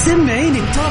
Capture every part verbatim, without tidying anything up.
سمعيني التوب.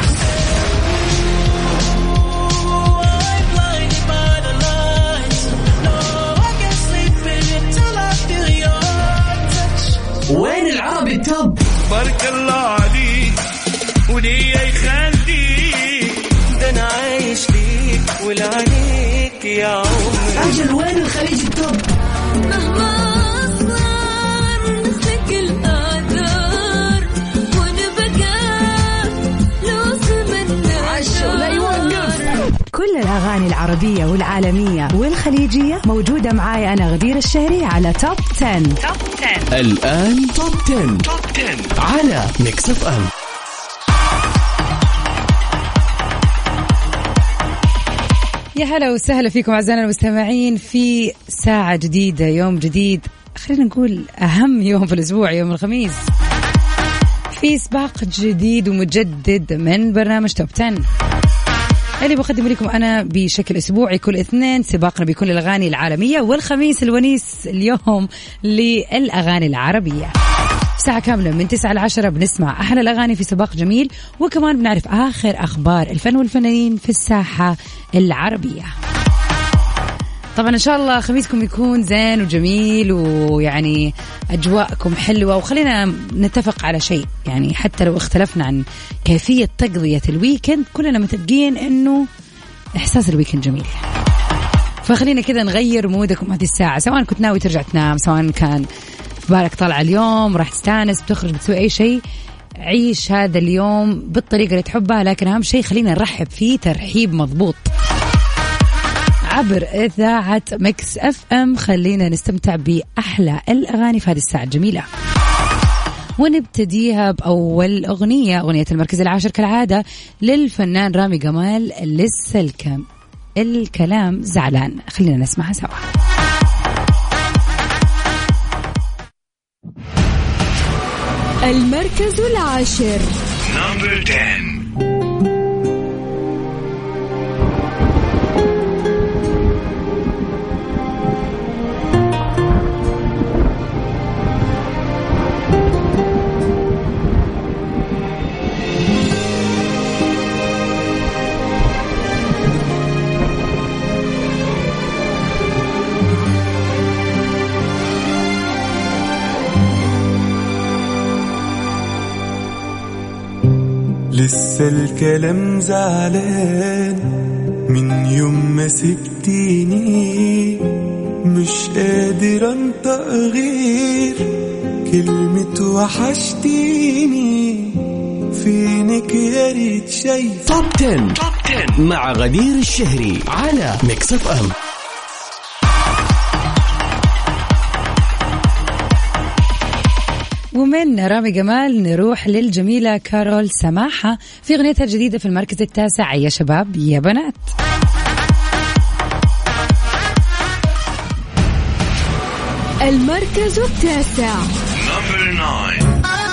وين العربي التوب؟ بارك الله عليك وليه يخليك، ده انا عايش ليك ولعنيك يا عمري. اجل وين الخليج التوب؟ مهما أصغر نخلق القدر ونبقى لو زمنا عشو لا يوقف. كل الأغاني العربية والعالمية والخليجية موجودة معاي أنا غدير الشهري على توب عشرة. توب عشرة الآن توب عشرة. توب عشرة على ميكس اف ام. يا هلا وسهلا فيكم أعزائنا المستمعين في ساعة جديدة، يوم جديد، خلينا نقول أهم يوم في الأسبوع، يوم الخميس، في سباق جديد ومجدد من برنامج توب عشرة اللي بقدم لكم أنا بشكل أسبوعي كل اثنين. سباقنا بيكون للأغاني العالمية، والخميس الونيس اليوم للأغاني العربية. ساعة كاملة من تسعة لعشرة بنسمع أحلى الأغاني في سباق جميل، وكمان بنعرف آخر أخبار الفن والفنانين في الساحة العربية. طبعا إن شاء الله خميسكم يكون زين وجميل، ويعني أجواءكم حلوة. وخلينا نتفق على شيء، يعني حتى لو اختلفنا عن كيفية تقضية الويكند، كلنا متفقين إنه إحساس الويكند جميل. فخلينا كذا نغير مودكم هذه الساعة، سواء كنت ناوي ترجع تنام، سواء كان في بالك طالع اليوم راح تستانس بتخرج بتسوي أي شيء، عيش هذا اليوم بالطريقة اللي تحبها. لكن أهم شيء خلينا نرحب فيه ترحيب مضبوط عبر إذاعة ميكس اف ام. خلينا نستمتع بأحلى الأغاني في هذه الساعة الجميلة، ونبتديها بأول أغنية، أغنية المركز العاشر كالعادة للفنان رامي جمال، لسه الكم الكلام زعلان. خلينا نسمعها سوا. المركز العاشر نمبر عشرة. لسه الكلام زعلان من يوم ما سبتيني، مش قادر انطق غير كلمة وحشتيني، فينك يا ريت شايف. توب عشرة مع غدير الشهري على ميكس اف ام. ومن رامي جمال نروح للجميلة كارول سماحة في أغنيتها الجديدة في المركز التاسع، يا شباب يا بنات. المركز التاسع نمبر تسعة.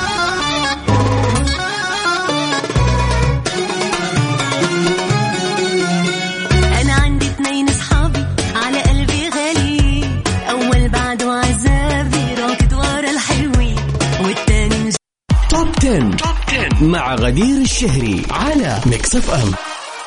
أنا عندي اثنين أصحابي على قلبي غالي، أول بعد وعذابي راكد ورا الحلوين، والتاني توب عشرة مع غدير الشهري على ميكس اف ام.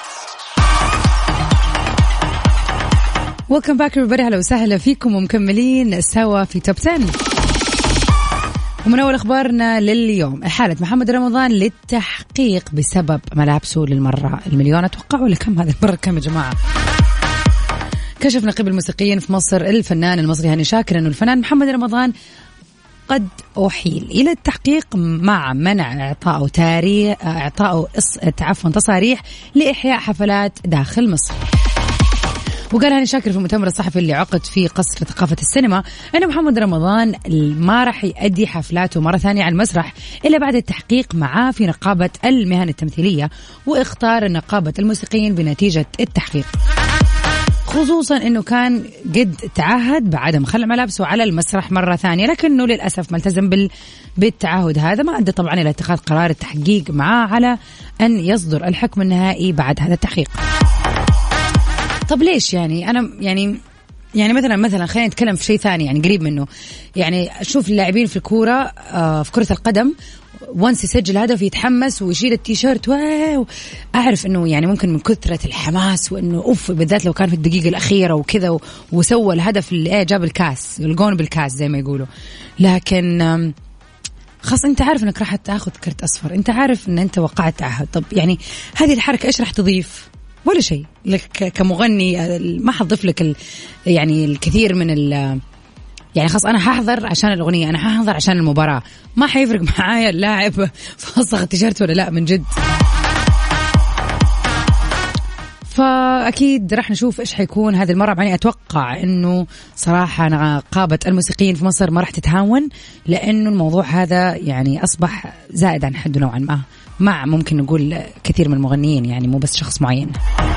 وكم باكر بري، أهلا وسهلا فيكم ومكملين سوا في توب عشرة. ومن أول أخبارنا لليوم، حالة محمد رمضان للتحقيق بسبب ملابسه للمرة المليون، أتوقع ولا كم هذه المرة كم يا جماعة؟ كشف نقيب الموسيقيين في مصر الفنان المصري هاني شاكر أنه الفنان محمد رمضان قد أحيل إلى التحقيق مع منع إعطائه تاريخ إعطائه عفوا تصاريح لإحياء حفلات داخل مصر. وقال هاني شاكر في المؤتمر الصحفي اللي عقد في قصر ثقافة السينما أن محمد رمضان ما راح يؤدي حفلاته مرة ثانية على المسرح إلا بعد التحقيق معاه في نقابة المهن التمثيلية، واختار نقابة الموسيقيين بنتيجة التحقيق، خصوصا أنه كان قد تعهد بعدم خلع ملابسه على المسرح مرة ثانية، لكنه للأسف ما التزم بال... بالتعهد هذا، ما أدى طبعا إلى اتخاذ قرار التحقيق معاه على أن يصدر الحكم النهائي بعد هذا التحقيق. طب ليش يعني أنا يعني يعني مثلا مثلا خلينا نتكلم في شيء ثاني يعني قريب منه. يعني أشوف اللاعبين في الكورة آه في كرة القدم وانس يسجل هدف يتحمس ويشيل التيشيرت واو. أعرف إنه يعني ممكن من كثرة الحماس وإنه أوف بالذات لو كان في الدقيقة الأخيرة وكذا وسوى الهدف اللي إيه جاب الكاس الجون بالكاس زي ما يقولوا. لكن خاص أنت عارف إنك راح تأخذ كرت أصفر, أنت عارف إن أنت وقعت تعهد. طب يعني هذه الحركة إيش راح تضيف؟ ولا شيء لك كمغني, ما حضيف لك ال يعني الكثير من ال يعني خاص أنا ححضر عشان الأغنية, أنا ححضر عشان المباراة, ما حيفرق معايا اللاعب فصغ التيشيرت ولا لا من جد. فأكيد راح نشوف إيش حيكون هذه المرة. يعني أتوقع إنه صراحة نقابة الموسيقيين في مصر ما راح تتهاون, لأنه الموضوع هذا يعني أصبح زائد عن حده نوعا ما, مع ممكن نقول كثير من المغنيين يعني مو بس شخص معين.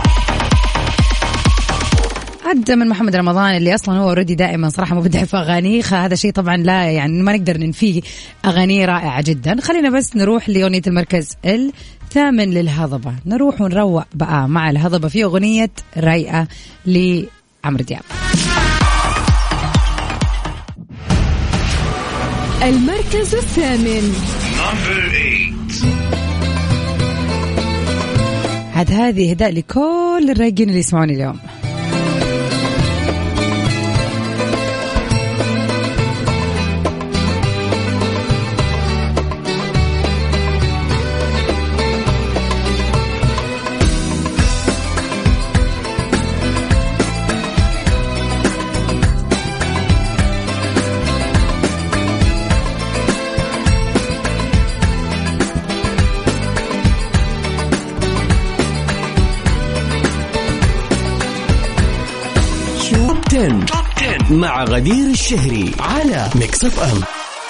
عد من محمد رمضان اللي أصلا هو ردي دائما صراحة مبدع في أغانيه, هذا شيء طبعا لا يعني ما نقدر ننفيه, أغانيه رائعة جدا. خلينا بس نروح لأغنية المركز الثامن للهضبة, نروح ونروق بقى مع الهضبة في أغنية رايقة لعمرو دياب. المركز الثامن عاد هذه هداء لكل الرايقين اللي يسمعوني اليوم. مع غدير الشهري على ميكس اف ام.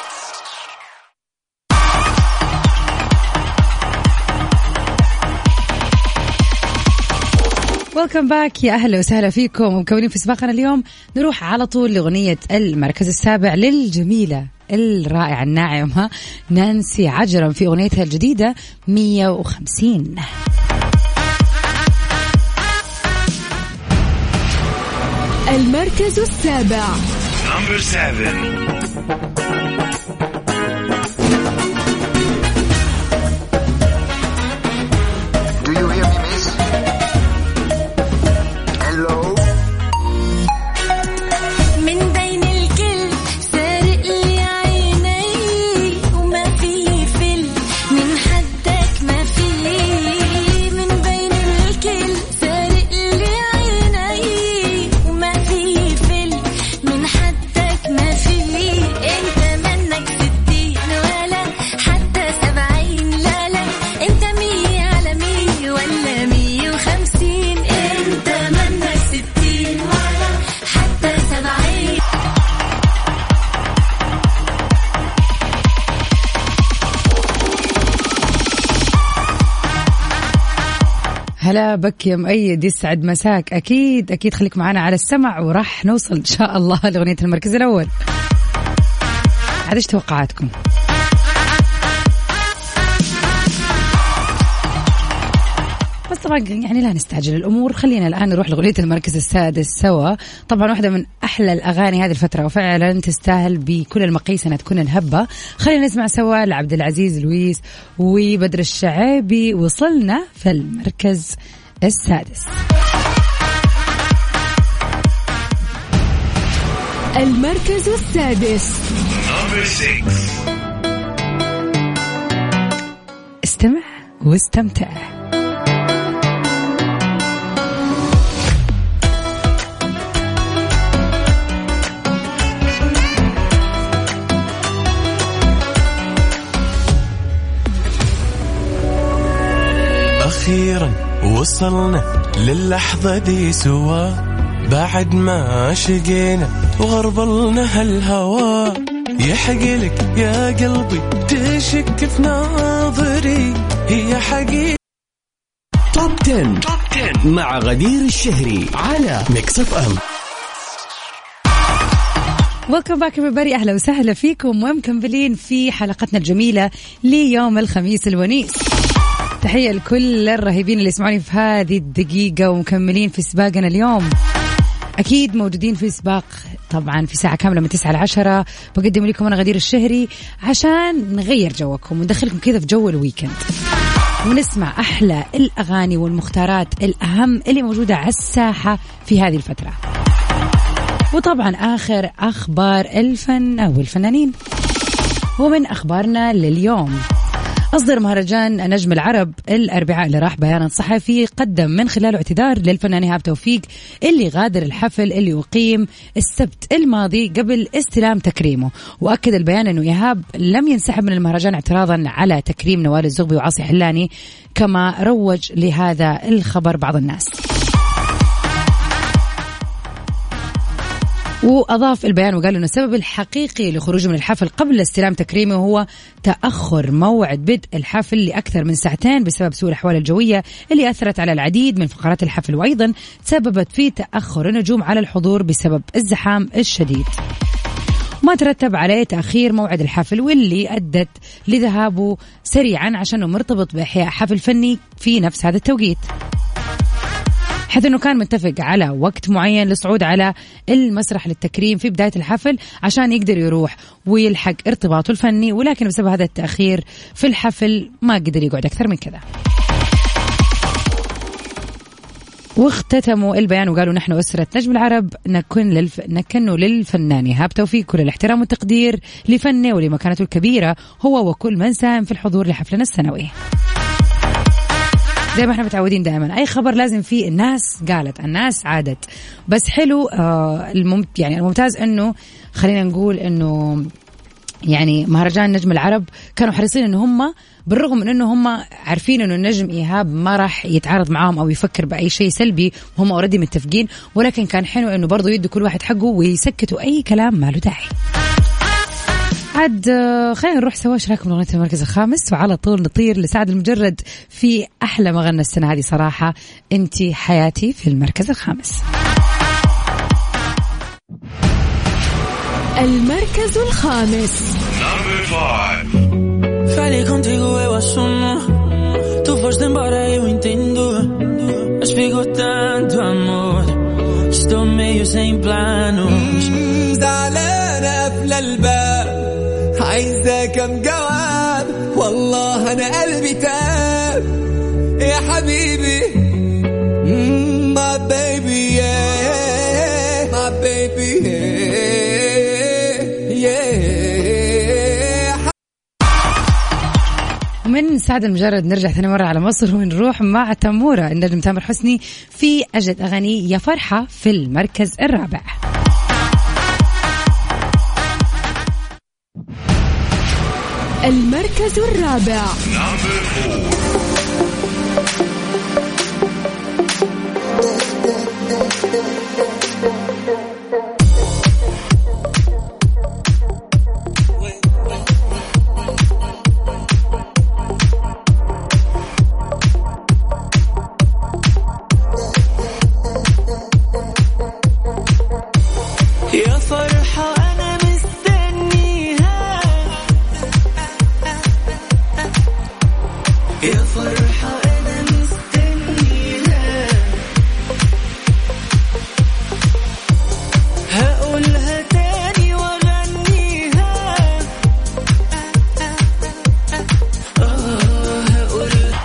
ويلكم باك, يا أهلا وسهلا فيكم ومكونين في سباقنا اليوم. نروح على طول لأغنية المركز السابع للجميلة الرائعة الناعمة نانسي عجرم في أغنيتها الجديدة مية وخمسين. المركز السابع Number seven. Do you hear me, miss? Hello. من بين الكل سارق لي عيني وما في فل من حدك ما في. من بين الكل سارق لي عيني وما في فل من حدك ما في. انت منك ستين ولا حتى سبعين, لا لا انت مية على مية ولا مية وخمسين. انت منك ستين ولا حتى سبعين. هلا بك يا مؤيد, يسعد مساك. أكيد أكيد خليك معنا على السمع وراح نوصل إن شاء الله لأغنية المركز الأول. هذا إيش توقعاتكم؟ بس طبعا يعني لا نستعجل الأمور, خلينا الآن نروح لأغنية المركز السادس سوا. طبعا واحدة من أحلى الأغاني هذه الفترة وفعلا تستاهل بكل المقاييس أنها تكون الهبة. خلينا نسمع سوا لعبد العزيز لويس وبدر الشعابي. وصلنا في المركز السادس. المركز السادس Number six. استمع واستمتع. أخيرا وصلنا للحظة دي سوا, بعد ما شقينا وغربلنا هالهوا. يحقلك يا قلبي تشك في ناظري, هي حقيقة. توب عشرة مع غدير الشهري على ميكس اف ام. ويلكم باك everybody, أهلا وسهلا فيكم ومكملين في حلقتنا الجميلة ليوم الخميس الونيس. تحية لكل الرهيبين اللي يسمعوني في هذه الدقيقة ومكملين في سباقنا اليوم. أكيد موجودين في سباق طبعا في ساعة كاملة من تسعة لعشرة. بقدم لكم أنا غدير الشهري عشان نغير جوكم وندخلكم كذا في جو الويكند ونسمع أحلى الأغاني والمختارات الأهم اللي موجودة على الساحة في هذه الفترة، وطبعا آخر أخبار الفن أو الفنانين. ومن أخبارنا لليوم، أصدر مهرجان نجم العرب الأربعاء اللي راح بيانا صحفي قدم من خلاله اعتذار للفنان إيهاب توفيق اللي غادر الحفل اللي أقيم السبت الماضي قبل استلام تكريمه. وأكد البيان أنه إيهاب لم ينسحب من المهرجان اعتراضا على تكريم نوال الزغبي وعاصي حلاني كما روج لهذا الخبر بعض الناس. وأضاف البيان وقال أنه السبب الحقيقي لخروجه من الحفل قبل استلام تكريمه هو تأخر موعد بدء الحفل لأكثر من ساعتين بسبب سوء الأحوال الجوية اللي أثرت على العديد من فقرات الحفل، وأيضا تسببت في تأخر النجوم على الحضور بسبب الزحام الشديد، ما ترتب عليه تأخير موعد الحفل واللي أدت لذهابه سريعا عشانه مرتبط بإحياء حفل فني في نفس هذا التوقيت، حيث أنه كان متفق على وقت معين للصعود على المسرح للتكريم في بداية الحفل عشان يقدر يروح ويلحق ارتباطه الفني، ولكن بسبب هذا التأخير في الحفل ما قدر يقعد أكثر من كذا. واختتموا البيان وقالوا نحن أسرة نجم العرب نكن للف... نكنوا للفنان إيهاب توفيق كل الاحترام والتقدير لفنه ولمكانته الكبيرة هو وكل من ساهم في الحضور لحفلنا السنوي. زي ما احنا متعودين دائما اي خبر لازم فيه الناس قالت الناس عادت، بس حلو آه الممت يعني الممتاز انه خلينا نقول انه يعني مهرجان نجم العرب كانوا حريصين انه هم بالرغم من انه هم عارفين انه النجم إيهاب ما راح يتعارض معاهم او يفكر باي شيء سلبي وهم اوريدي متفقين، ولكن كان حلو انه برضو يدوا كل واحد حقه ويسكتوا اي كلام ما له داعي. عاد خلينا نروح سوا شراكم من أغنية المركز الخامس وعلى طول نطير لسعد المجرد في أحلى ما غنى السنة هذه صراحة، أنتي حياتي في المركز الخامس. المركز الخامس. Falei contigo, eu assumo. Tu foste embora, eu entendo. Mas ficou tanto amor. Estou meio sem planos. زعلانة قفل الباب عايزة كم جواب والله أنا قلبي تاب يا حبيبي my baby yeah my baby yeah. من سعد المجرد نرجع ثاني مرة على مصر ونروح مع تامورة النجم تامر حسني في أجد أغاني يا فرحة في المركز الرابع. المركز الرابع. يا فرحة أنا مستنيها يا فرحة أنا مستنيها هقولها تاني وأغنيها آه هقولها.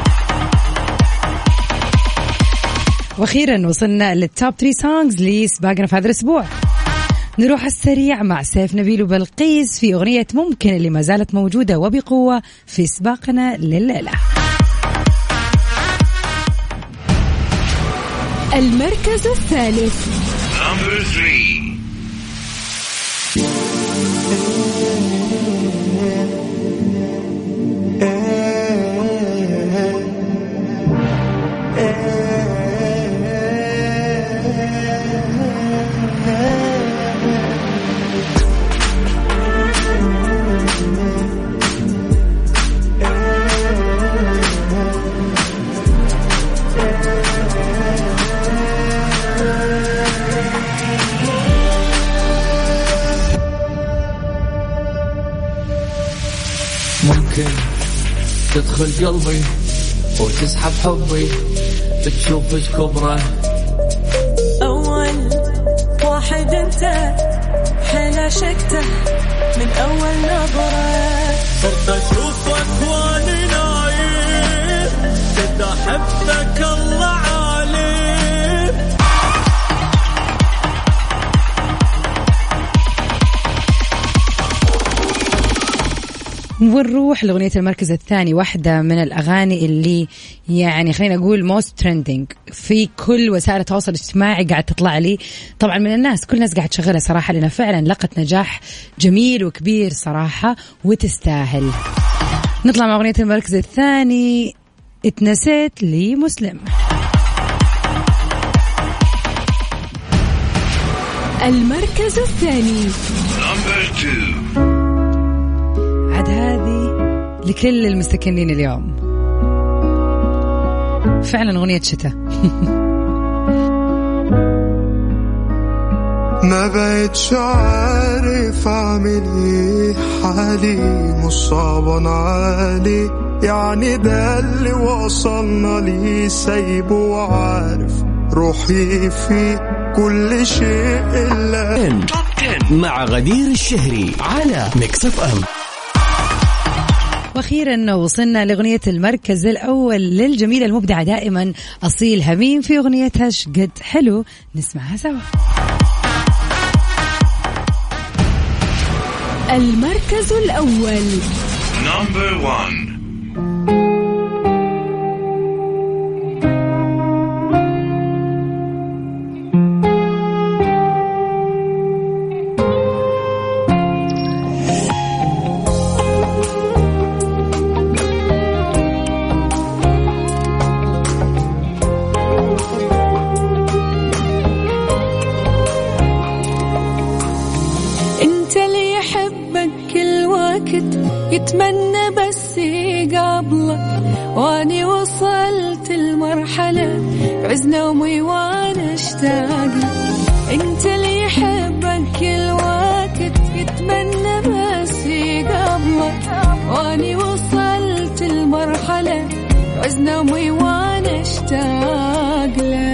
وأخيرا وصلنا للتوب ثري سونجز لسباقنا في هذا الأسبوع. نروح السريع مع سيف نبيل وبلقيس في أغنية ممكن اللي ما زالت موجودة وبقوة في سباقنا لليلة. المركز الثالث. ممكن تدخل قلبي وتسحب حبي بتشوف ايش كبره أول واحد انت حلا شكته من اول نظرة صرت اشوفك وانا نايم كده احبك الله عالم. ونروح لأغنية المركز الثاني، واحدة من الأغاني اللي يعني خلينا نقول most trending في كل وسائل التواصل الاجتماعي، قاعد تطلع لي طبعا من الناس، كل الناس قاعد تشغلها صراحة، لأنها فعلا لقت نجاح جميل وكبير صراحة وتستاهل. نطلع مع أغنية المركز الثاني، اتنسيت لي مسلم. المركز الثاني عاد هذه لكل المستكنين اليوم، فعلا أغنية شتاء. ما بقتش عارف اعمل ايه، حالي مصابا عالي، يعني ده اللي وصلنا ليه، سايبه وعارف روحي في كل شيء إلا توب عشرة مع غدير الشهري على ميكس اف ام. واخيرا وصلنا لاغنيه المركز الاول للجميله المبدعه دائما اصيل هميم في اغنيتها شقد حلو، نسمعها سوا. المركز الاول نمبر واحد. يتمنى بس قبلك، واني وصلت المرحلة بعز نومي وانا اشتاق لك، انت اللي يحبك كل وقت، يتمنى بس قبلك، واني وصلت المرحلة بعز نومي وانا اشتاق لك.